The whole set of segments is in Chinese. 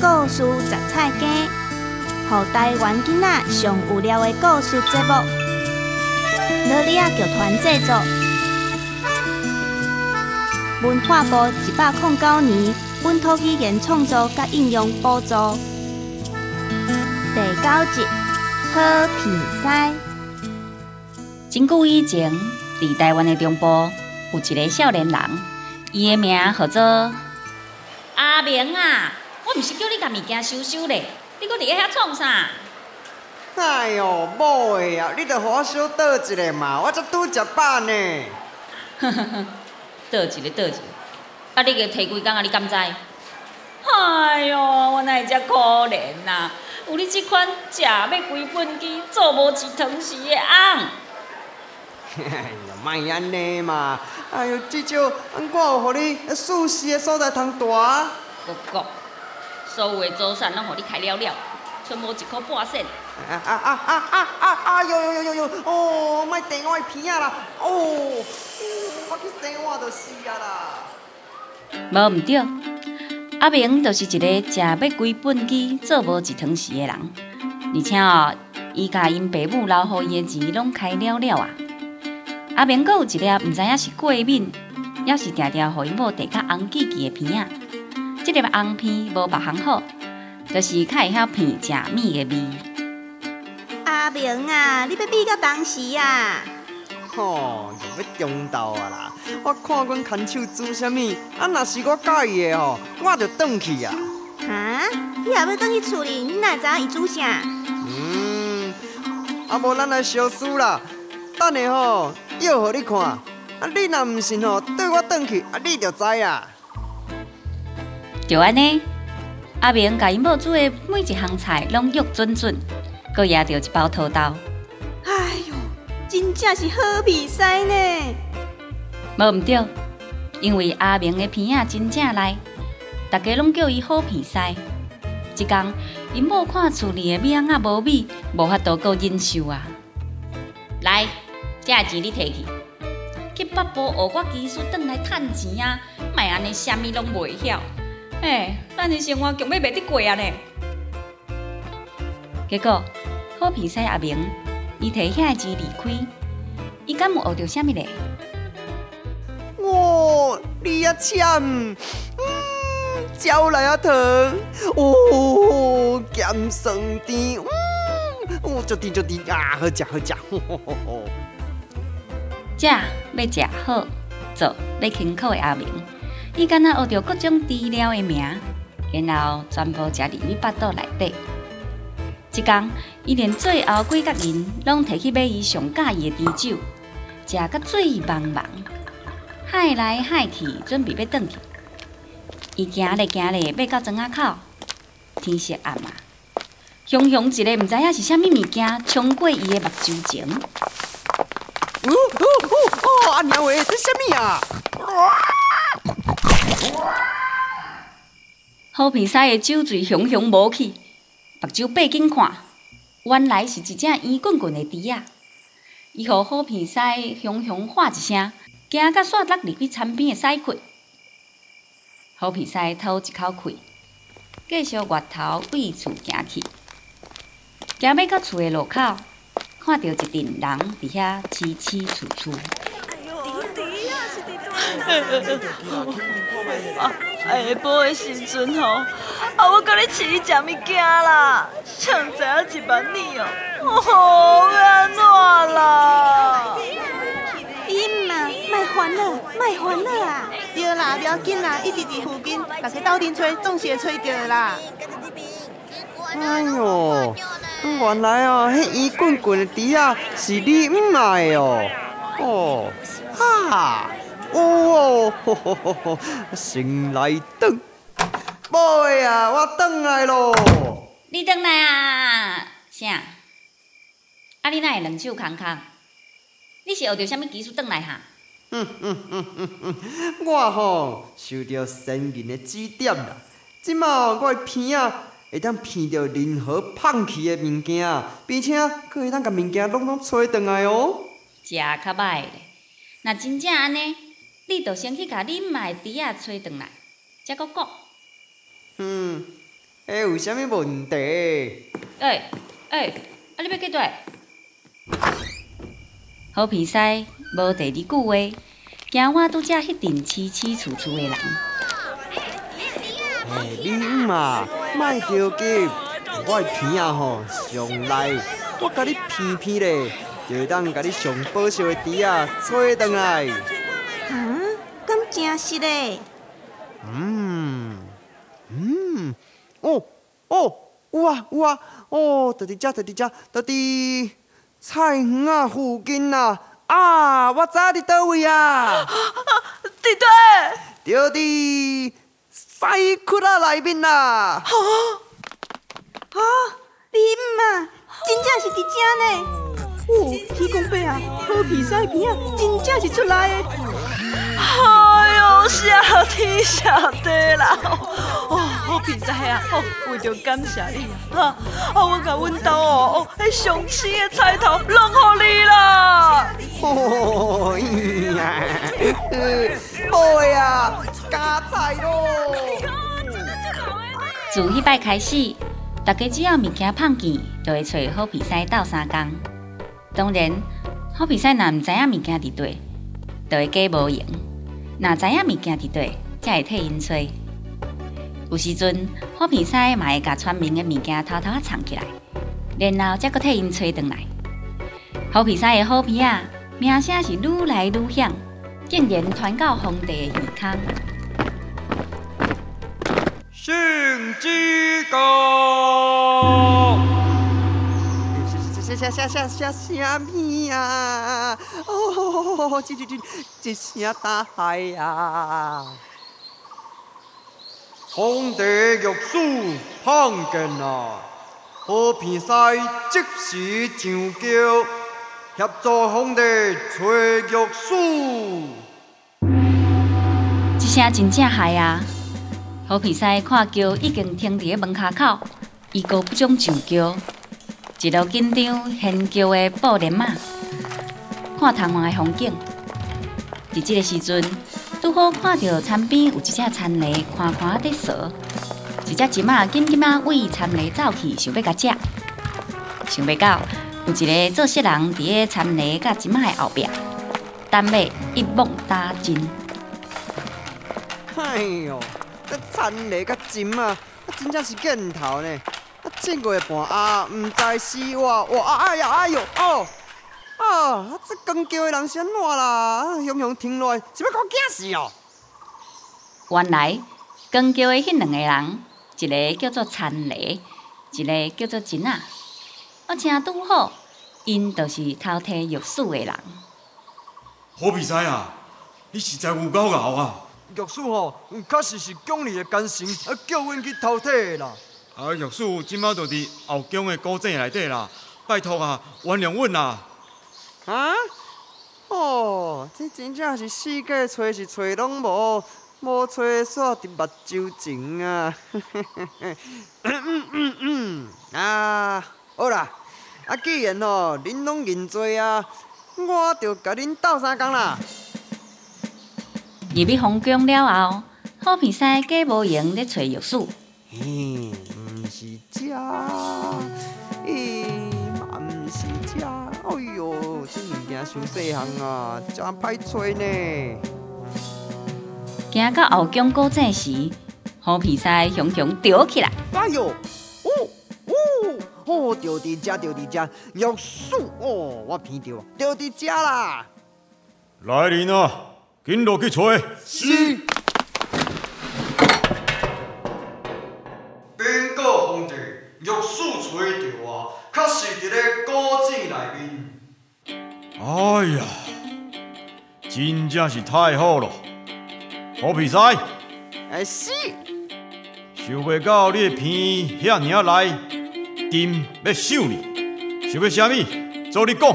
故事杂菜间，互台湾囡仔上有料的故事节目，罗里亚剧团制作，文化部109年本土语言创作甲应用补助。第9集，好鼻屎。 真久以前，伫台湾的中部有一个少年人，伊的名号做阿明啊。我毋是叫你甲物件收收咧，你搁伫咧遐创啥？ 哎哟，某的啊，你着互我小倒一个嘛，我才拄食饱呢。 倒一个。啊，你个摕几工啊？你敢知？哎哟，我哪会遮可怜啊？有你即款食要规本机、做无一汤匙的翁。 哎呀，莫安尼嘛！哎哟，至少我有互你舒适的所在通住。 哥，所有的祖产拢互你开了了，剩无1箍半仙。 哟！哦，莫电我的鼻仔啦！哦，我去生我就死啊啦！ 无毋对，阿明就是一个食要规本机、做无一汤匙的人，而且伊甲因爸母留予伊的钱拢开了了啊！阿明阁有一粒毋知影是过敏，抑是定定予因某摕较红记记的鼻仔。这粒红片无别项好，就是较会晓片食米的味。 阿明啊，你要比到当时啊？ 吼，又要中斗啊啦！我看阮牵手煮啥物，啊，若是我介意的吼，我就转去啊。 哈？你也要转去厝里？你哪会知影伊煮啥？ 啊无咱来小事啦。等下吼，约互你看。啊，你若毋信吼，缀我转去，啊，你就知啊。 就安尼，阿明甲因某煮的每一项菜拢约准，阁拿着一包土豆。 哎哟，真正是好味屎呢！ 无毋对，因为阿明的鼻仔真正赖，大家拢叫伊好鼻屎。一天，因某看厝里的米仔无米，无法度阁忍受啊！来，这钱你摕去，去北部学我技术，转来趁钱啊！莫安尼啥物拢袂晓。咱的生活强要袂得过啊呢！结果好鼻屎阿明，伊摕遐钱离开，伊敢有学到啥物咧？ 哇，你啊签，招来啊糖，哦，咸酸甜，足甜啊，好食。 食要食好，做要辛苦的阿明。伊敢若学着各种治疗的名，然後全部食入伊腹肚內底。一天，伊連最後幾角銀攏摕去買伊上喜意的豬酒，食甲醉茫茫，海來海去，準備要轉去。伊行咧，要到莊仔口，天色暗啊，熊一個毋知影是啥物物件衝過伊的目睭前。 阿娘喂，這啥物啊？ 好鼻屎的酒醉熊冒起，目睭爬緊看，原來是一隻圓滾滾的豬仔。伊予好鼻屎熊喊一聲，行甲煞落入去田邊的屎窟。好鼻屎吐一口氣，繼續越頭為厝行去。行要到厝的路口，看到一陣人佇遐淒楚。 下晡的时阵吼，我甲你饲食物件啦，谁知影1万年哦，要安怎啦？ 伊嘛，莫烦恼啊！ 对啦，不要紧啦，一直伫附近，大家斗阵吹，总是会吹到的啦。 哎哟，原来哦，迄圆滚滚的猪仔是你唔爱的哦。哦，哈。先来转，宝贝啊，我转来咯。 你转来啊？啥？啊，你哪会两手空空？你是学着啥物技术转来哈？ 我吼受到先人的指点啦。即马我的鼻仔会当闻到任何放弃的物件，并且佫会当甲物件拢吹转来哦。 食较歹咧，若真正安尼。你着先去甲你毋爱的猪仔找转来，才阁讲。 有啥物问题？ 你要去倒？好鼻屎无第二句话，惊我拄则迄阵凄凄楚楚的人。 你嘛，莫着急，我的鼻仔吼上内，我甲你鼻鼻咧，就会当甲你上保守的猪仔找倒来。 敢真实嘞？ 有啊，就伫遮，就伫菜园仔附近啦。我知伫倒位啊？ 伫倒？ 就伫西窟仔内面啦。 你嘛，真正是伫遮呢？ 天公伯啊，好鼻屎边啊，真正是出来的。 哎呦，谢天谢地啦！好鼻屎啊！为着感谢你啊！我甲阮兜迄上青的菜头弄互你啦！ 好呀，加菜咯！ 自迄摆开始，大家只要物件胖见，就会找好鼻屎斗相共。当然，好鼻屎若毋知影物件伫底，就会假无闲；若知影物件伫底，才会替因找。有时阵，好鼻屎嘛会甲村民的物件偷偷啊藏起来，然后才阁替因找转来。好鼻屎的好鼻仔，名声是愈来愈响，竟然传到皇帝的耳孔。 圣旨到！啥物啊？这声大海啊！皇帝御史碰见啊，好鼻屎即时上轿，协助皇帝找御史。 这声真正害啊！好鼻屎看轿已经停伫门骹口，伊阁不准上轿。一路紧张献轿的布帘马，看窗外的风景。伫这个时阵，拄好看到田边有一只田螺看看在扫，一只金仔紧紧仔为田螺走去，想要甲食。想袂到，有一个做色人伫个田螺甲金仔的后壁，等尾一网打尽。 哎呦，这田螺甲金啊，真正是瘾头呢！1个月半毋知死活，哎呦，这光叫的人是安怎啦？雄停落来，是要给我惊死哦！ 原来光叫的迄2个人，一个叫做田螺，一个叫做金仔。我正拄好，因就是偷摕玉史的人。 好鼻屎啊！你实在有够牛啊！ 玉史吼，确实是强烈的奸臣，叫阮去偷摕啦。 玉史即马就伫后宫的古井内底啦，拜托啊，原谅阮啦！ 这真正是世界找是找拢无，无找煞伫目睭前啊！好啦，既然恁拢认罪啊，我就甲恁斗相共啦。 入去皇宫了后，好鼻屎假无闲咧找玉史。 毋是这，嘛毋是这。哎呦，这物件伤细项啊，真歹找呢。 行到后宫古井时，好鼻屎雄雄跳起来。 哎呦，就伫遮，玉史我闻到，就伫遮啦。 来人啊，紧落去找。 是。禀告皇帝，玉史找到啊，确实伫咧古井内面。 哎呀，真正是太好了！好鼻屎， 是。 想袂到你的鼻遐尔啊内，金要收你，想要啥物？做你讲。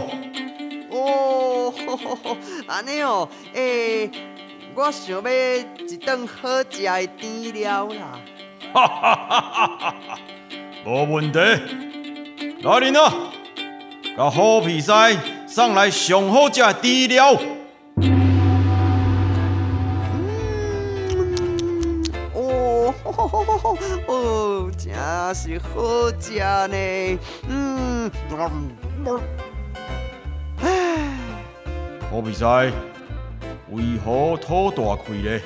安尼哦，我想要一顿好食的甜料啦。 无问题。来人啊，甲好鼻屎送来上好食的猪料。 真那是好食呢。 好比赛，为何吐大气呢？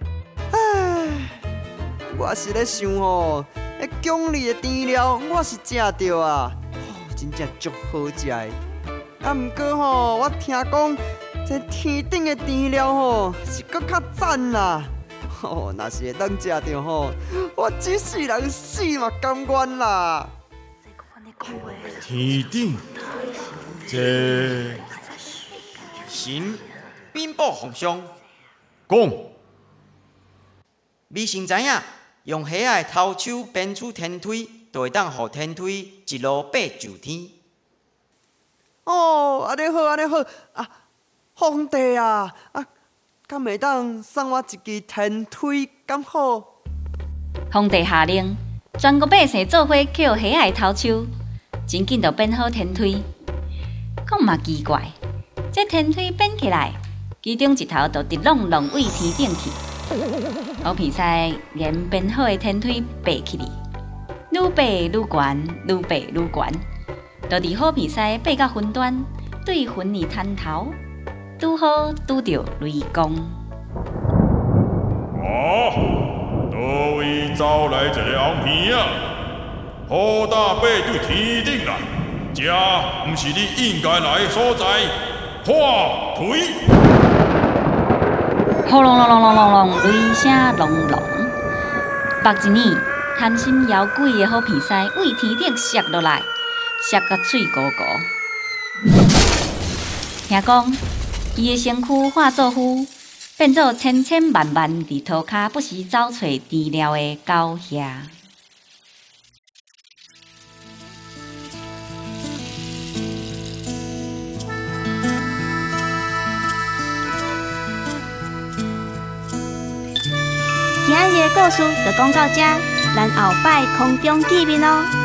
我是咧想吼，迄奖励的甜料我是食着啊，真正足好食的。啊，毋过吼，我听讲这天顶的甜料吼是搁较赞啦。若是会当食着吼，我这世人死嘛甘愿啦。 天顶，这神禀报皇上， 讲微臣知影，用喜爱头手编出天梯，就会当互天梯一路爬就天。 安尼好，安尼好啊！皇帝啊，敢会当送我一支天梯，敢好？ 皇帝下令，全国百姓做伙捡喜爱头手，真紧就编好天梯。讲嘛奇怪，这天梯编起来，其中一头就直拢拢位天顶去。好比赛沿编好的天梯爬起哩，愈爬愈悬，愈爬愈悬。就伫好比赛爬到云端，对云儿滩头，拄好拄着雷公。 倒位走来一个红片啊！好大爬对天顶来，这毋是你应该来的所在。破腿！ 轰隆隆隆隆隆隆，雷声隆隆。目一年，贪心妖鬼的好皮塞为天顶摔落来，摔到嘴糊糊。听讲，伊的身躯化作灰，变做千千万万伫涂骹不时走找甜料的狗兄。 今日的故事就讲到这，咱后摆空中见面咯。